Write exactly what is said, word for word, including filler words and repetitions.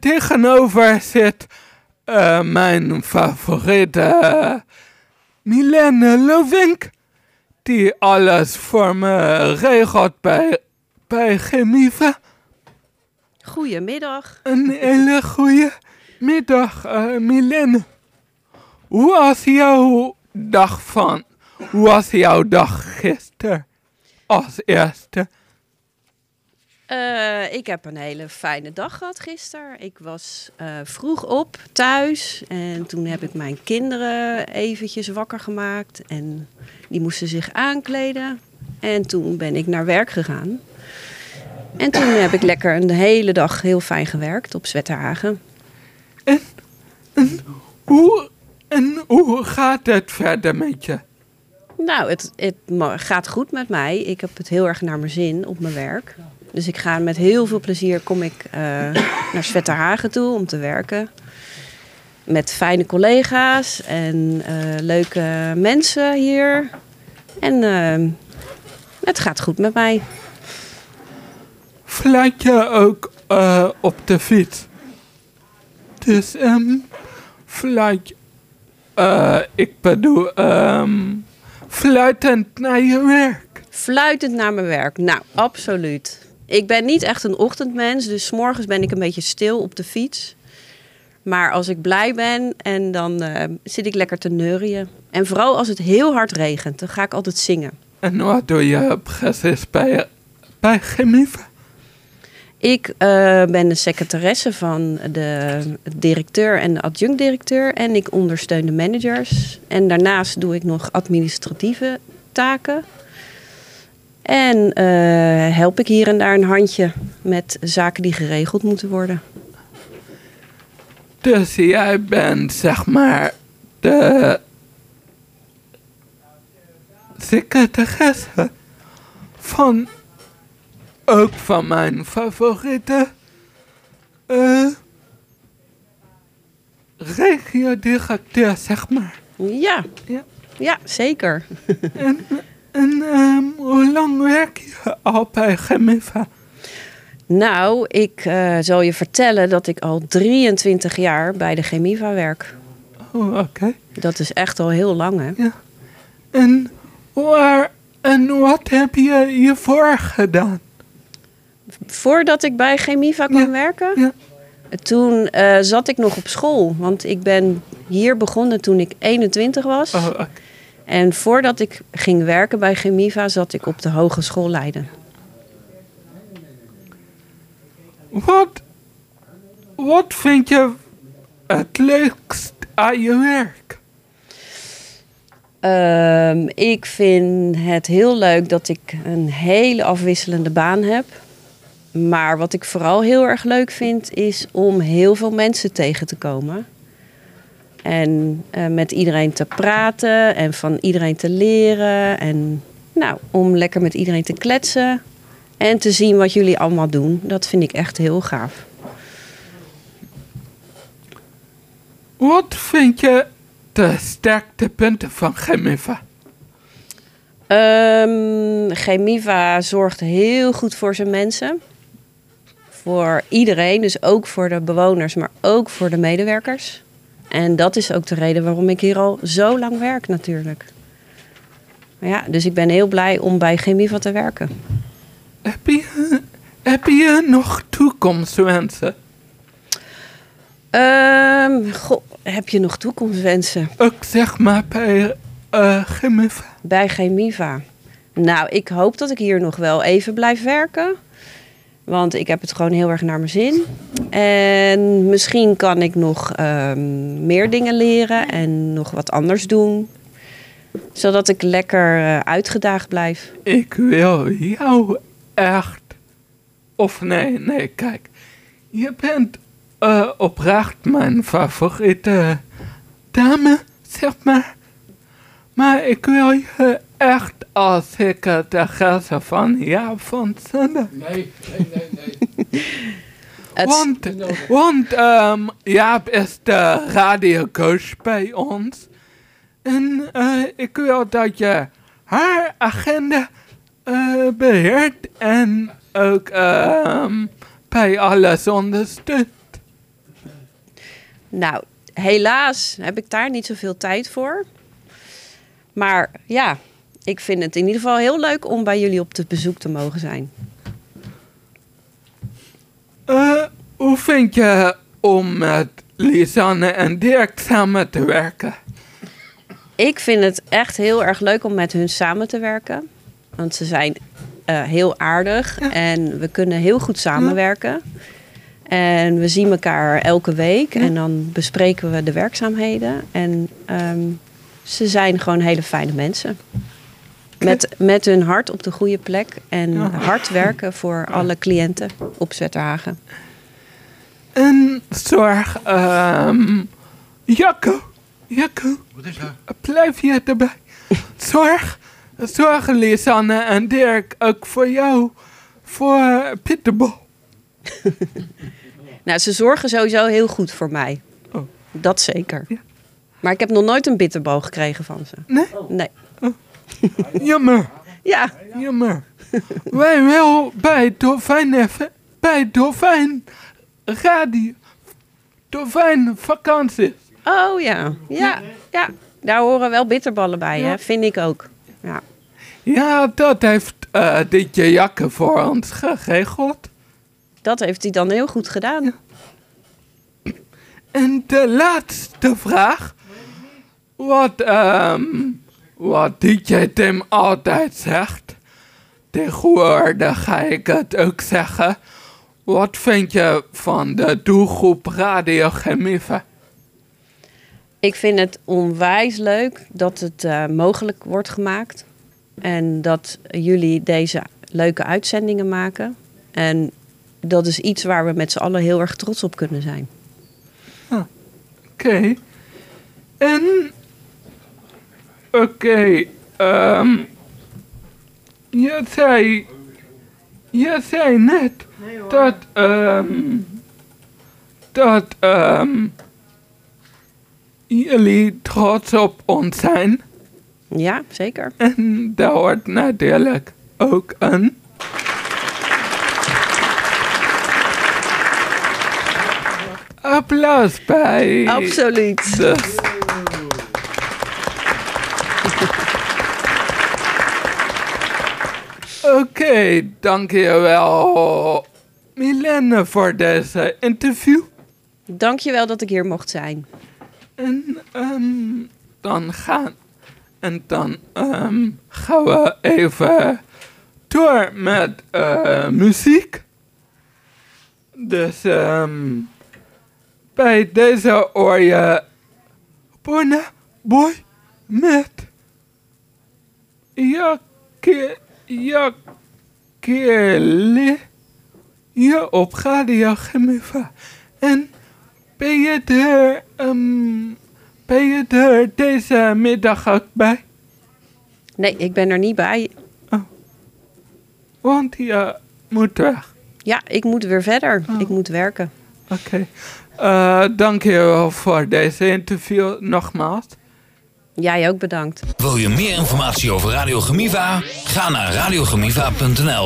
tegenover zit uh, mijn favoriete uh, Milène Lovink. Die alles voor me regelt bij, bij Chemiva. Goedemiddag. Een hele goede middag, uh, Milène. Hoe was jouw dag van? Hoe was jouw dag gisteren? Als eerste. Uh, ik heb een hele fijne dag gehad gisteren. Ik was uh, vroeg op thuis en toen heb ik mijn kinderen eventjes wakker gemaakt. En die moesten zich aankleden. En toen ben ik naar werk gegaan. En toen heb ik lekker een hele dag heel fijn gewerkt op Zwetterhagen. En, en, hoe, en hoe gaat het verder met je? Nou, het, het gaat goed met mij. Ik heb het heel erg naar mijn zin op mijn werk. Dus ik ga met heel veel plezier kom ik uh, naar Zwetterhagen toe om te werken. Met fijne collega's en uh, leuke mensen hier. En uh, het gaat goed met mij. Fluit je ook uh, op de fiets? Dus um, fluit... Uh, ik bedoel... Um, fluitend naar je werk. Fluitend naar mijn werk? Nou, absoluut. Ik ben niet echt een ochtendmens, dus 's morgens ben ik een beetje stil op de fiets. Maar als ik blij ben, en dan uh, zit ik lekker te neurien. En vooral als het heel hard regent, dan ga ik altijd zingen. En wat doe je precies bij, bij Chemiva? Ik uh, ben de secretaresse van de directeur en de adjunct-directeur. En ik ondersteun de managers. En daarnaast doe ik nog administratieve taken. En uh, help ik hier en daar een handje met zaken die geregeld moeten worden. Dus jij bent, zeg maar, de secretaresse van, ook van mijn favoriete uh, regio-directeur, zeg maar. Ja, ja. ja zeker. en en um, hoe lang werk je al bij Chemiva? Nou, ik uh, zal je vertellen dat ik al drieëntwintig jaar bij de Chemiva werk. Oh, oké. Okay. Dat is echt al heel lang, hè? Ja. En, waar, en wat heb je hiervoor gedaan? Voordat ik bij Chemiva kwam ja. werken? Ja. Toen uh, zat ik nog op school. Want ik ben hier begonnen toen ik eenentwintig was. Oh, okay. En voordat ik ging werken bij Chemiva zat ik op de Hogeschool Leiden. Wat, wat vind je het leukst aan je werk? Um, ik vind het heel leuk dat ik een hele afwisselende baan heb. Maar wat ik vooral heel erg leuk vind is om heel veel mensen tegen te komen. En uh, met iedereen te praten en van iedereen te leren. En nou, om lekker met iedereen te kletsen. En te zien wat jullie allemaal doen. Dat vind ik echt heel gaaf. Wat vind je de sterkste punten van Chemiva? Um, Chemiva zorgt heel goed voor zijn mensen. Voor iedereen, dus ook voor de bewoners, maar ook voor de medewerkers. En dat is ook de reden waarom ik hier al zo lang werk natuurlijk. Maar ja, dus ik ben heel blij om bij Chemiva te werken. Heb je, heb je nog toekomstwensen? Um, goh, heb je nog toekomstwensen? Ook zeg maar bij uh, Chemiva. Bij Chemiva. Nou, ik hoop dat ik hier nog wel even blijf werken. Want ik heb het gewoon heel erg naar mijn zin. En misschien kan ik nog um, meer dingen leren en nog wat anders doen. Zodat ik lekker uh, uitgedaagd blijf. Ik wil jou echt... Of nee, nee, kijk. Je bent uh, oprecht mijn favoriete dame, zeg maar. Maar ik wil je echt als secretaresse van Jaap van Zende. Nee, nee, nee, nee. Want, want um, Jaap is de radiocoach bij ons. En uh, ik wil dat je haar agenda uh, beheert en ook uh, bij alles ondersteunt. Nou, helaas heb ik daar niet zoveel tijd voor. Maar ja, ik vind het in ieder geval heel leuk om bij jullie op te bezoek te mogen zijn. Uh, hoe vind je om met Lisanne en Dirk samen te werken? Ik vind het echt heel erg leuk om met hun samen te werken. Want ze zijn uh, heel aardig ja. en we kunnen heel goed samenwerken. Ja. En we zien elkaar elke week ja. en dan bespreken we de werkzaamheden. En um, ze zijn gewoon hele fijne mensen. Met, met hun hart op de goede plek en ja. hard werken voor alle cliënten op Zwetterhagen. En zorg, um, Jacco, Jacco, wat is dat? Blijf je erbij. Zorg, zorg Lisanne en Dirk ook voor jou, voor Bitterbal. Nou, ze zorgen sowieso heel goed voor mij. Oh. Dat zeker. Ja. Maar ik heb nog nooit een bitterbal gekregen van ze. Nee? Nee. Oh. Jammer. Ja. Jammer. Wij wel bij Dolfijn even, bij Dolfijn Radio, Dolfijn vakantie. Oh ja. Ja, ja. Daar horen wel bitterballen bij, ja. hè? Vind ik ook. Ja, ja dat heeft uh, Dietje Jakke voor ons geregeld. Dat heeft hij dan heel goed gedaan. Ja. En de laatste vraag. Wat, um, wat D J Tim altijd zegt. Tegenwoordig ga ik het ook zeggen. Wat vind je van de doelgroep Radio Gemiva? Ik vind het onwijs leuk dat het uh, mogelijk wordt gemaakt. En dat jullie deze leuke uitzendingen maken. En dat is iets waar we met z'n allen heel erg trots op kunnen zijn. Ah, Oké. Okay. En... Oké. Okay, um, je zei... Je zei net nee, dat... Um, dat... Um, jullie trots op ons zijn. Ja, zeker. En daar hoort natuurlijk ook een... applaus bij. Absoluut. Dus. Oké, okay, dankjewel Milene voor deze interview. Dankjewel dat ik hier mocht zijn. En um, dan gaan en dan um, gaan we even door met uh, muziek. Dus um, bij deze hoor je Burna Boy met Jakke Jakkele hier op Radio Gemiva. En ben je er, um, ben je er deze middag ook bij? Nee, ik ben er niet bij. Oh. Want je moet weg. Ja, ik moet weer verder. Oh. Ik moet werken. Oké. Okay. Uh, dank je wel voor deze interview nogmaals. Jij ook bedankt. Wil je meer informatie over Radio Gemiva? Ga naar radio gemiva punt n l.